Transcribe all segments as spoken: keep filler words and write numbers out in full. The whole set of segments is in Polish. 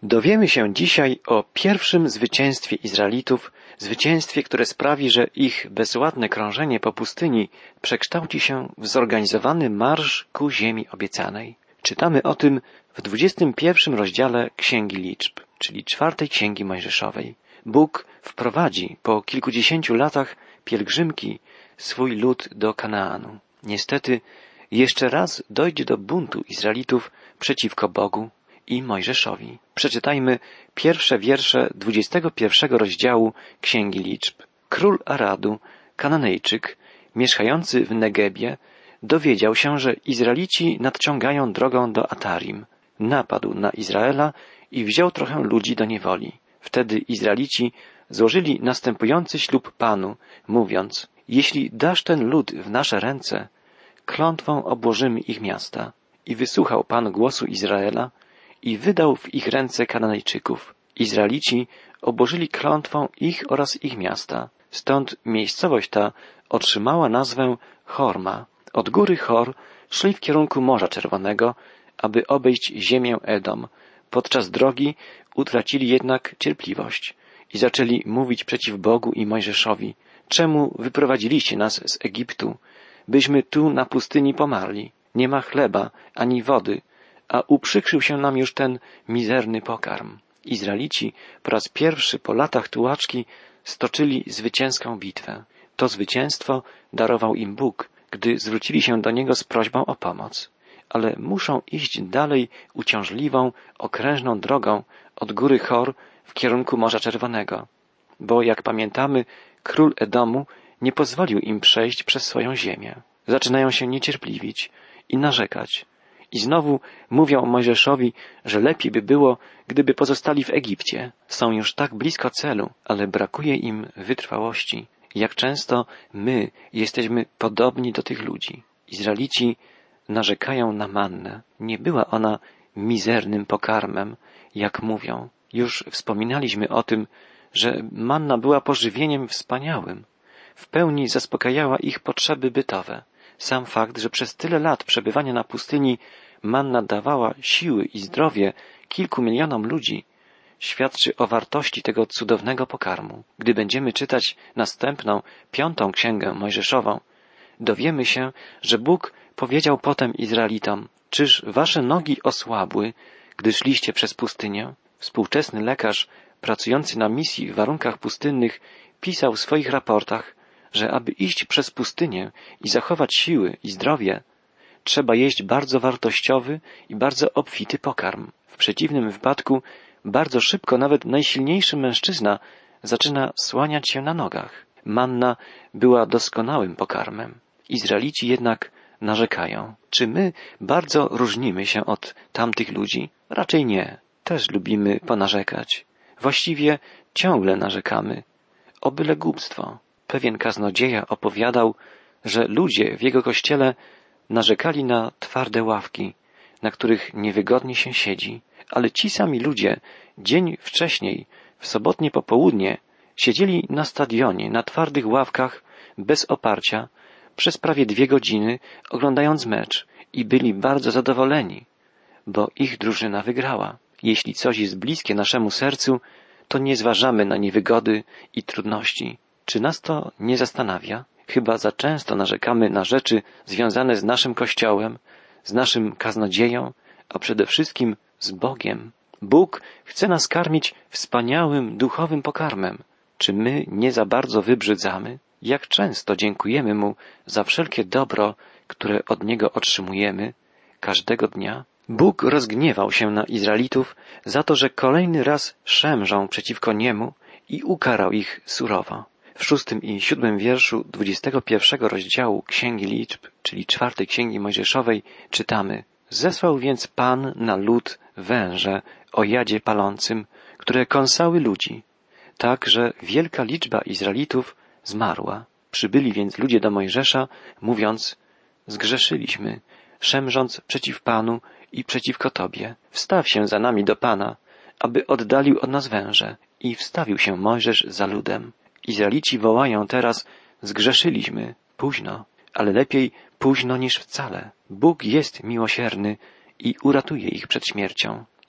Dowiemy się dzisiaj o pierwszym zwycięstwie Izraelitów, zwycięstwie, które sprawi, że ich bezładne krążenie po pustyni przekształci się w zorganizowany marsz ku ziemi obiecanej. Czytamy o tym w dwudziestym pierwszym rozdziale Księgi Liczb, czyli czwartej Księgi Mojżeszowej. Bóg wprowadzi po kilkudziesięciu latach pielgrzymki swój lud do Kanaanu. Niestety jeszcze raz dojdzie do buntu Izraelitów przeciwko Bogu i Mojżeszowi. Przeczytajmy pierwsze wiersze dwudziestego pierwszego rozdziału Księgi Liczb. Król Aradu, Kananejczyk, mieszkający w Negebie, dowiedział się, że Izraelici nadciągają drogą do Atarim. Napadł na Izraela i wziął trochę ludzi do niewoli. Wtedy Izraelici złożyli następujący ślub Panu, mówiąc: jeśli dasz ten lud w nasze ręce, klątwą obłożymy ich miasta. I wysłuchał Pan głosu Izraela i wydał w ich ręce Kananejczyków. Izraelici obłożyli klątwą ich oraz ich miasta. Stąd miejscowość ta otrzymała nazwę Horma. Od góry Hor szli w kierunku Morza Czerwonego, aby obejść ziemię Edom. Podczas drogi utracili jednak cierpliwość i zaczęli mówić przeciw Bogu i Mojżeszowi: czemu wyprowadziliście nas z Egiptu, byśmy tu na pustyni pomarli? Nie ma chleba ani wody, a uprzykrzył się nam już ten mizerny pokarm. Izraelici po raz pierwszy po latach tułaczki stoczyli zwycięską bitwę. To zwycięstwo darował im Bóg, gdy zwrócili się do Niego z prośbą o pomoc. Ale muszą iść dalej uciążliwą, okrężną drogą od góry Hor w kierunku Morza Czerwonego. Bo, jak pamiętamy, król Edomu nie pozwolił im przejść przez swoją ziemię. Zaczynają się niecierpliwić i narzekać. I znowu mówią Mojżeszowi, że lepiej by było, gdyby pozostali w Egipcie. Są już tak blisko celu, ale brakuje im wytrwałości. Jak często my jesteśmy podobni do tych ludzi. Izraelici narzekają na mannę. Nie była ona mizernym pokarmem, jak mówią. Już wspominaliśmy o tym, że manna była pożywieniem wspaniałym. W pełni zaspokajała ich potrzeby bytowe. Sam fakt, że przez tyle lat przebywania na pustyni manna dawała siły i zdrowie kilku milionom ludzi, świadczy o wartości tego cudownego pokarmu. Gdy będziemy czytać następną, piątą księgę Mojżeszową, dowiemy się, że Bóg powiedział potem Izraelitom: czyż wasze nogi osłabły, gdy szliście przez pustynię? Współczesny lekarz pracujący na misji w warunkach pustynnych pisał w swoich raportach, że aby iść przez pustynię i zachować siły i zdrowie, trzeba jeść bardzo wartościowy i bardzo obfity pokarm. W przeciwnym wypadku bardzo szybko nawet najsilniejszy mężczyzna zaczyna słaniać się na nogach. Manna była doskonałym pokarmem. Izraelici jednak narzekają. Czy my bardzo różnimy się od tamtych ludzi? Raczej nie. Też lubimy ponarzekać. Właściwie ciągle narzekamy. O byle głupstwo. Pewien kaznodzieja opowiadał, że ludzie w jego kościele narzekali na twarde ławki, na których niewygodnie się siedzi, ale ci sami ludzie dzień wcześniej, w sobotnie popołudnie, siedzieli na stadionie, na twardych ławkach, bez oparcia, przez prawie dwie godziny, oglądając mecz i byli bardzo zadowoleni, bo ich drużyna wygrała. Jeśli coś jest bliskie naszemu sercu, to nie zważamy na niewygody i trudności. Czy nas to nie zastanawia? Chyba za często narzekamy na rzeczy związane z naszym Kościołem, z naszym kaznodzieją, a przede wszystkim z Bogiem. Bóg chce nas karmić wspaniałym, duchowym pokarmem. Czy my nie za bardzo wybrzydzamy? Jak często dziękujemy Mu za wszelkie dobro, które od Niego otrzymujemy każdego dnia? Bóg rozgniewał się na Izraelitów za to, że kolejny raz szemrzą przeciwko Niemu i ukarał ich surowo. W szóstym i siódmym wierszu dwudziestego pierwszego rozdziału Księgi Liczb, czyli czwartej Księgi Mojżeszowej, czytamy: zesłał więc Pan na lud węże o jadzie palącym, które kąsały ludzi, tak, że wielka liczba Izraelitów zmarła. Przybyli więc ludzie do Mojżesza, mówiąc: zgrzeszyliśmy, szemrząc przeciw Panu i przeciwko Tobie. Wstaw się za nami do Pana, aby oddalił od nas węże. I wstawił się Mojżesz za ludem. Izraelici wołają teraz: zgrzeszyliśmy. Późno, ale lepiej późno niż wcale. Bóg jest miłosierny i uratuje ich przed śmiercią.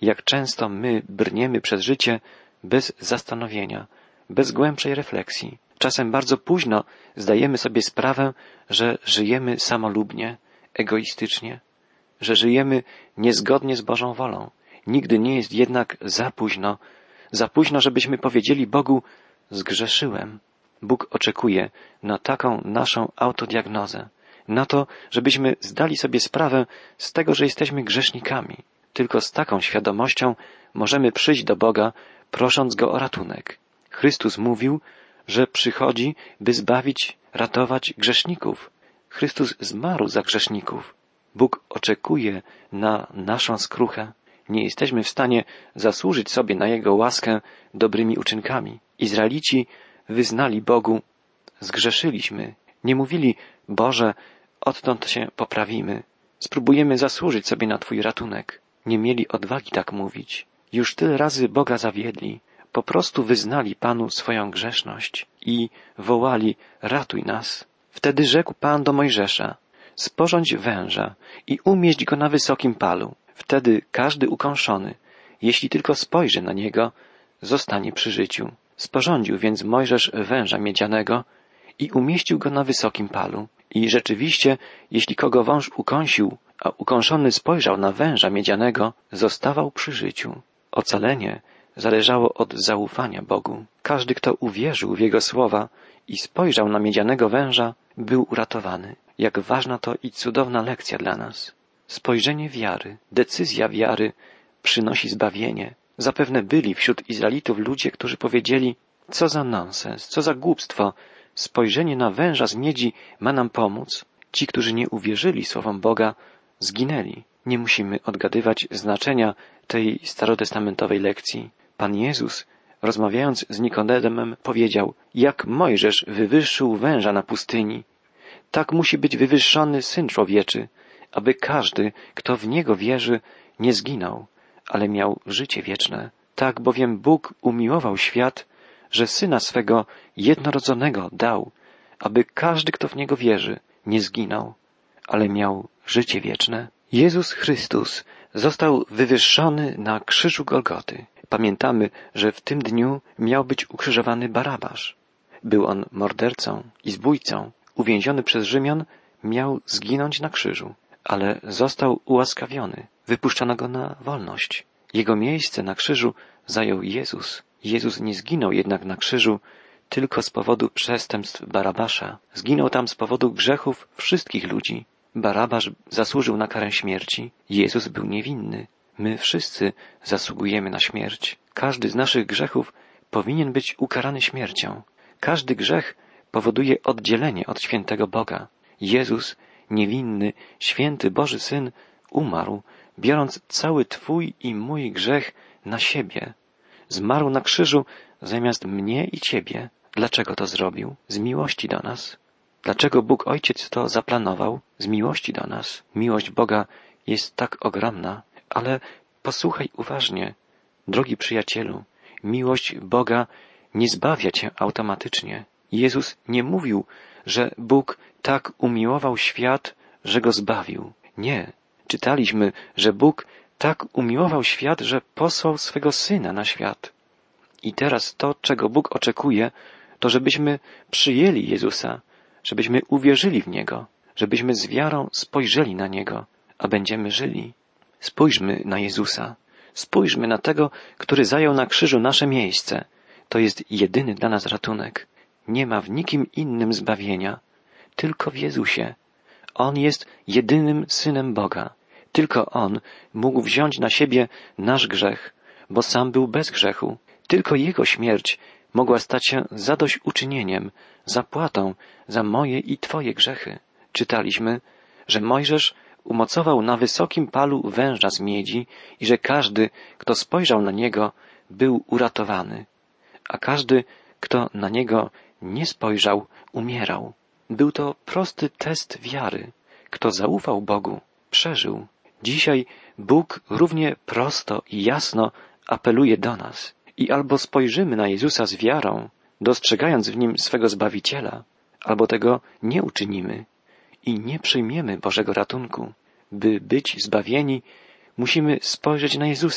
Jak często my brniemy przez życie bez zastanowienia, bez głębszej refleksji. Czasem bardzo późno zdajemy sobie sprawę, że żyjemy samolubnie, egoistycznie, że żyjemy niezgodnie z Bożą wolą. Nigdy nie jest jednak za późno, za późno, żebyśmy powiedzieli Bogu: zgrzeszyłem. Bóg oczekuje na taką naszą autodiagnozę, na to, żebyśmy zdali sobie sprawę z tego, że jesteśmy grzesznikami. Tylko z taką świadomością możemy przyjść do Boga, prosząc Go o ratunek. Chrystus mówił, że przychodzi, by zbawić, ratować grzeszników. Chrystus zmarł za grzeszników. Bóg oczekuje na naszą skruchę. Nie jesteśmy w stanie zasłużyć sobie na Jego łaskę dobrymi uczynkami. Izraelici wyznali Bogu: zgrzeszyliśmy. Nie mówili: Boże, odtąd się poprawimy. Spróbujemy zasłużyć sobie na Twój ratunek. Nie mieli odwagi tak mówić. Już tyle razy Boga zawiedli. Po prostu wyznali Panu swoją grzeszność i wołali: ratuj nas. Wtedy rzekł Pan do Mojżesza: sporządź węża i umieść go na wysokim palu. Wtedy każdy ukąszony, jeśli tylko spojrzy na niego, zostanie przy życiu. Sporządził więc Mojżesz węża miedzianego i umieścił go na wysokim palu. I rzeczywiście, jeśli kogo wąż ukąsił, a ukąszony spojrzał na węża miedzianego, zostawał przy życiu. Ocalenie zależało od zaufania Bogu. Każdy, kto uwierzył w Jego słowa i spojrzał na miedzianego węża, był uratowany. Jak ważna to i cudowna lekcja dla nas. Spojrzenie wiary, decyzja wiary przynosi zbawienie. Zapewne byli wśród Izraelitów ludzie, którzy powiedzieli: co za nonsens, co za głupstwo, spojrzenie na węża z miedzi ma nam pomóc. Ci, którzy nie uwierzyli słowom Boga, zginęli. Nie musimy odgadywać znaczenia tej starotestamentowej lekcji. Pan Jezus, rozmawiając z Nikodemem, powiedział: jak Mojżesz wywyższył węża na pustyni, tak musi być wywyższony Syn Człowieczy, aby każdy, kto w Niego wierzy, nie zginął, ale miał życie wieczne. Tak bowiem Bóg umiłował świat, że Syna swego jednorodzonego dał, aby każdy, kto w Niego wierzy, nie zginął, ale miał życie wieczne. Jezus Chrystus został wywyższony na krzyżu Golgoty. Pamiętamy, że w tym dniu miał być ukrzyżowany Barabasz. Był on mordercą i zbójcą. Uwięziony przez Rzymian, miał zginąć na krzyżu, ale został ułaskawiony. Wypuszczono go na wolność. Jego miejsce na krzyżu zajął Jezus. Jezus nie zginął jednak na krzyżu tylko z powodu przestępstw Barabasza. Zginął tam z powodu grzechów wszystkich ludzi. Barabasz zasłużył na karę śmierci. Jezus był niewinny. My wszyscy zasługujemy na śmierć. Każdy z naszych grzechów powinien być ukarany śmiercią. Każdy grzech powoduje oddzielenie od świętego Boga. Jezus, niewinny, święty Boży Syn, umarł, biorąc cały Twój i mój grzech na siebie. Zmarł na krzyżu zamiast mnie i Ciebie. Dlaczego to zrobił? Z miłości do nas. Dlaczego Bóg Ojciec to zaplanował? Z miłości do nas. Miłość Boga jest tak ogromna, ale posłuchaj uważnie, drogi przyjacielu, miłość Boga nie zbawia cię automatycznie. Jezus nie mówił, że Bóg tak umiłował świat, że go zbawił. Nie. Czytaliśmy, że Bóg tak umiłował świat, że posłał swego Syna na świat. I teraz to, czego Bóg oczekuje, to żebyśmy przyjęli Jezusa, żebyśmy uwierzyli w Niego, żebyśmy z wiarą spojrzeli na Niego, a będziemy żyli. Spójrzmy na Jezusa. Spójrzmy na tego, który zajął na krzyżu nasze miejsce. To jest jedyny dla nas ratunek. Nie ma w nikim innym zbawienia. Tylko w Jezusie. On jest jedynym Synem Boga. Tylko On mógł wziąć na siebie nasz grzech, bo sam był bez grzechu. Tylko Jego śmierć mogła stać się zadośćuczynieniem, zapłatą za moje i Twoje grzechy. Czytaliśmy, że Mojżesz umocował na wysokim palu węża z miedzi i że każdy, kto spojrzał na niego, był uratowany, a każdy, kto na niego nie spojrzał, umierał. Był to prosty test wiary. Kto zaufał Bogu, przeżył. Dzisiaj Bóg równie prosto i jasno apeluje do nas. I albo spojrzymy na Jezusa z wiarą, dostrzegając w Nim swego Zbawiciela, albo tego nie uczynimy i nie przyjmiemy Bożego ratunku. By być zbawieni, musimy spojrzeć na Jezusa,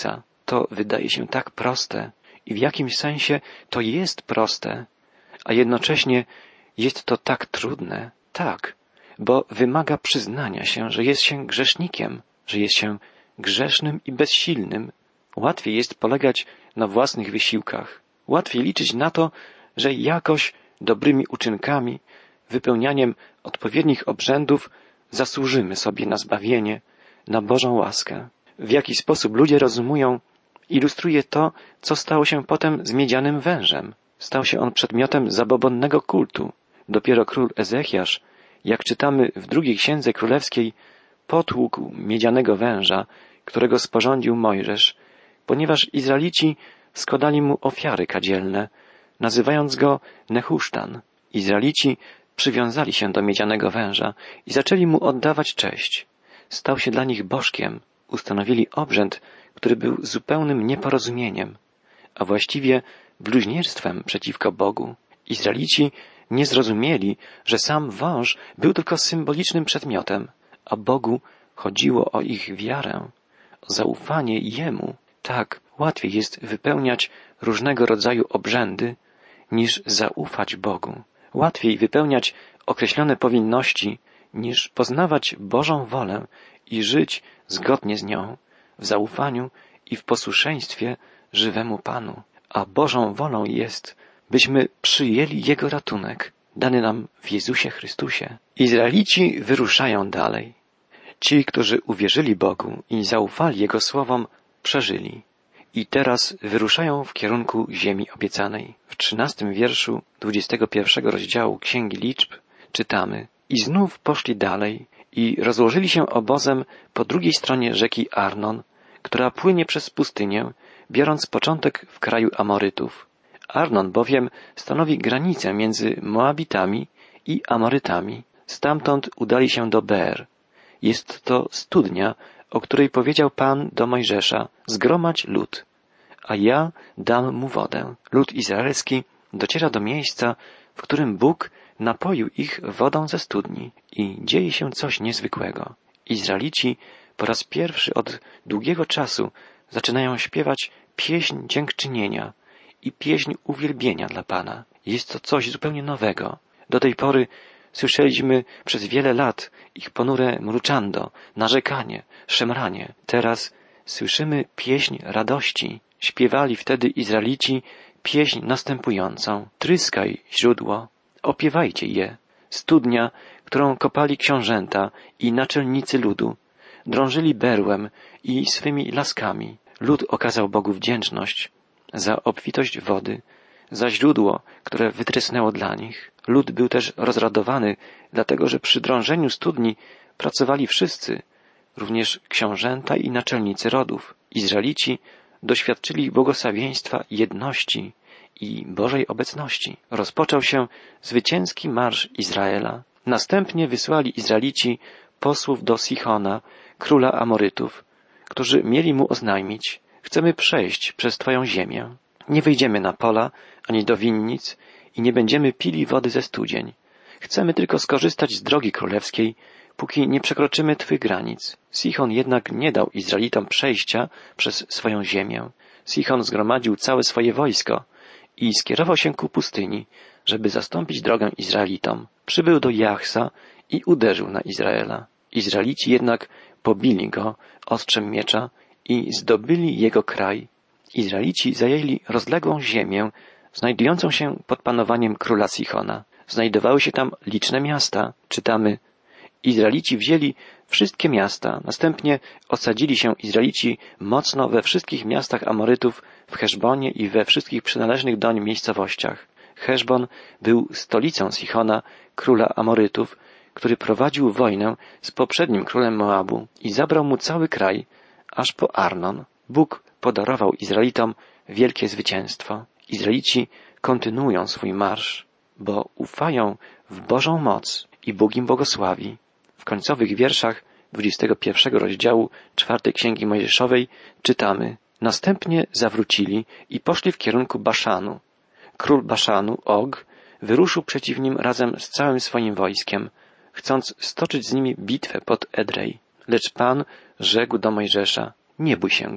To wydaje się tak proste i w jakimś sensie to jest proste, a jednocześnie jest to tak trudne. Tak, bo wymaga przyznania się, że jest się grzesznikiem, że jest się grzesznym i bezsilnym. Łatwiej jest polegać na własnych wysiłkach. Łatwiej liczyć na to, że jakoś dobrymi uczynkami, wypełnianiem odpowiednich obrzędów zasłużymy sobie na zbawienie, na Bożą łaskę. W jaki sposób ludzie rozumują, ilustruje to, co stało się potem z miedzianym wężem. Stał się on przedmiotem zabobonnego kultu. Dopiero król Ezechiasz, jak czytamy w drugiej księdze królewskiej, potłukł miedzianego węża, którego sporządził Mojżesz, ponieważ Izraelici składali mu ofiary kadzielne, nazywając go Nehusztan. Izraelici przywiązali się do miedzianego węża i zaczęli mu oddawać cześć. Stał się dla nich bożkiem. Ustanowili obrzęd, który był zupełnym nieporozumieniem, a właściwie bluźnierstwem przeciwko Bogu. Izraelici nie zrozumieli, że sam wąż był tylko symbolicznym przedmiotem, a Bogu chodziło o ich wiarę, o zaufanie Jemu. Tak, łatwiej jest wypełniać różnego rodzaju obrzędy, niż zaufać Bogu. Łatwiej wypełniać określone powinności, niż poznawać Bożą wolę i żyć zgodnie z nią, w zaufaniu i w posłuszeństwie żywemu Panu. A Bożą wolą jest, byśmy przyjęli Jego ratunek, dany nam w Jezusie Chrystusie. Izraelici wyruszają dalej. Ci, którzy uwierzyli Bogu i zaufali Jego słowom, przeżyli. I teraz wyruszają w kierunku ziemi obiecanej. W trzynastym wierszu dwudziestego pierwszego rozdziału Księgi Liczb czytamy: I znów poszli dalej i rozłożyli się obozem po drugiej stronie rzeki Arnon, która płynie przez pustynię, biorąc początek w kraju Amorytów. Arnon bowiem stanowi granicę między Moabitami i Amorytami. Stamtąd udali się do Beer. Jest to studnia, o której powiedział Pan do Mojżesza: zgromadź lud, a ja dam mu wodę. Lud izraelski dociera do miejsca, w którym Bóg napoił ich wodą ze studni i dzieje się coś niezwykłego. Izraelici po raz pierwszy od długiego czasu zaczynają śpiewać pieśń dziękczynienia i pieśń uwielbienia dla Pana. Jest to coś zupełnie nowego. Do tej pory słyszeliśmy przez wiele lat ich ponure mruczando, narzekanie, szemranie. Teraz słyszymy pieśń radości. Śpiewali wtedy Izraelici pieśń następującą: tryskaj, źródło, opiewajcie je. Studnia, którą kopali książęta i naczelnicy ludu, drążyli berłem i swymi laskami. Lud okazał Bogu wdzięczność za obfitość wody, za źródło, które wytrysnęło dla nich. Lud był też rozradowany, dlatego że przy drążeniu studni pracowali wszyscy, również książęta i naczelnicy rodów. Izraelici doświadczyli błogosławieństwa jedności i Bożej obecności. Rozpoczął się zwycięski marsz Izraela. Następnie wysłali Izraelici posłów do Sichona, króla Amorytów, którzy mieli mu oznajmić: chcemy przejść przez Twoją ziemię. Nie wyjdziemy na pola, ani do winnic i nie będziemy pili wody ze studzień. Chcemy tylko skorzystać z drogi królewskiej, póki nie przekroczymy Twych granic. Sichon jednak nie dał Izraelitom przejścia przez swoją ziemię. Sichon zgromadził całe swoje wojsko i skierował się ku pustyni, żeby zastąpić drogę Izraelitom. Przybył do Jachsa i uderzył na Izraela. Izraelici jednak pobili go ostrzem miecza i zdobyli jego kraj. Izraelici zajęli rozległą ziemię, znajdującą się pod panowaniem króla Sichona. Znajdowały się tam liczne miasta. Czytamy: Izraelici wzięli wszystkie miasta, następnie osadzili się Izraelici mocno we wszystkich miastach Amorytów, w Heszbonie i we wszystkich przynależnych doń miejscowościach. Heszbon był stolicą Sichona, króla Amorytów, który prowadził wojnę z poprzednim królem Moabu i zabrał mu cały kraj, aż po Arnon. Bóg podarował Izraelitom wielkie zwycięstwo. Izraelici kontynuują swój marsz, bo ufają w Bożą moc i Bóg im błogosławi. W końcowych wierszach dwudziestego pierwszego rozdziału czwartej Księgi Mojżeszowej czytamy: następnie zawrócili i poszli w kierunku Baszanu. Król Baszanu, Og, wyruszył przeciw nim razem z całym swoim wojskiem, chcąc stoczyć z nimi bitwę pod Edrej. Lecz Pan rzekł do Mojżesza: nie bój się go,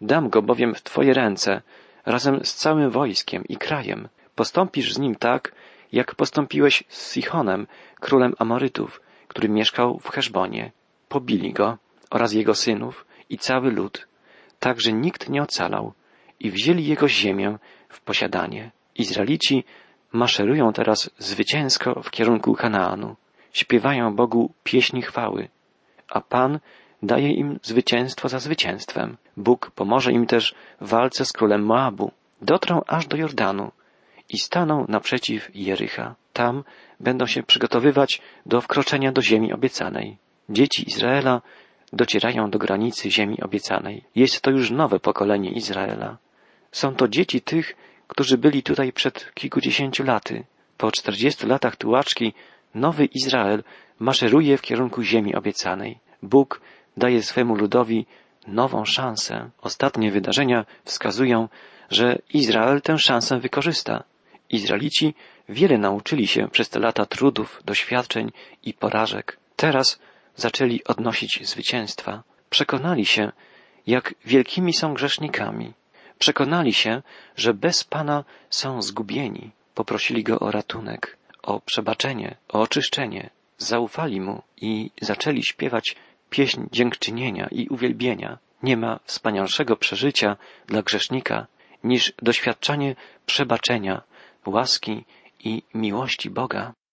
Dam go bowiem w Twoje ręce, razem z całym wojskiem i krajem. Postąpisz z nim tak, jak postąpiłeś z Sichonem, królem Amorytów, który mieszkał w Heszbonie. Pobili go oraz jego synów i cały lud, tak że nikt nie ocalał, i wzięli jego ziemię w posiadanie. Izraelici maszerują teraz zwycięsko w kierunku Kanaanu. Śpiewają Bogu pieśni chwały, a Pan daje im zwycięstwo za zwycięstwem. Bóg pomoże im też w walce z królem Moabu. Dotrą aż do Jordanu i staną naprzeciw Jericha. Tam będą się przygotowywać do wkroczenia do ziemi obiecanej. Dzieci Izraela docierają do granicy ziemi obiecanej. Jest to już nowe pokolenie Izraela. Są to dzieci tych, którzy byli tutaj przed kilkudziesięciu laty. Po czterdziestu latach tułaczki nowy Izrael maszeruje w kierunku ziemi obiecanej. Bóg daje swemu ludowi nową szansę. Ostatnie wydarzenia wskazują, że Izrael tę szansę wykorzysta. Izraelici wiele nauczyli się przez te lata trudów, doświadczeń i porażek. Teraz zaczęli odnosić zwycięstwa. Przekonali się, jak wielkimi są grzesznikami. Przekonali się, że bez Pana są zgubieni. Poprosili Go o ratunek, o przebaczenie, o oczyszczenie. Zaufali Mu i zaczęli śpiewać pieśń dziękczynienia i uwielbienia. Nie ma wspanialszego przeżycia dla grzesznika niż doświadczanie przebaczenia, łaski i miłości Boga.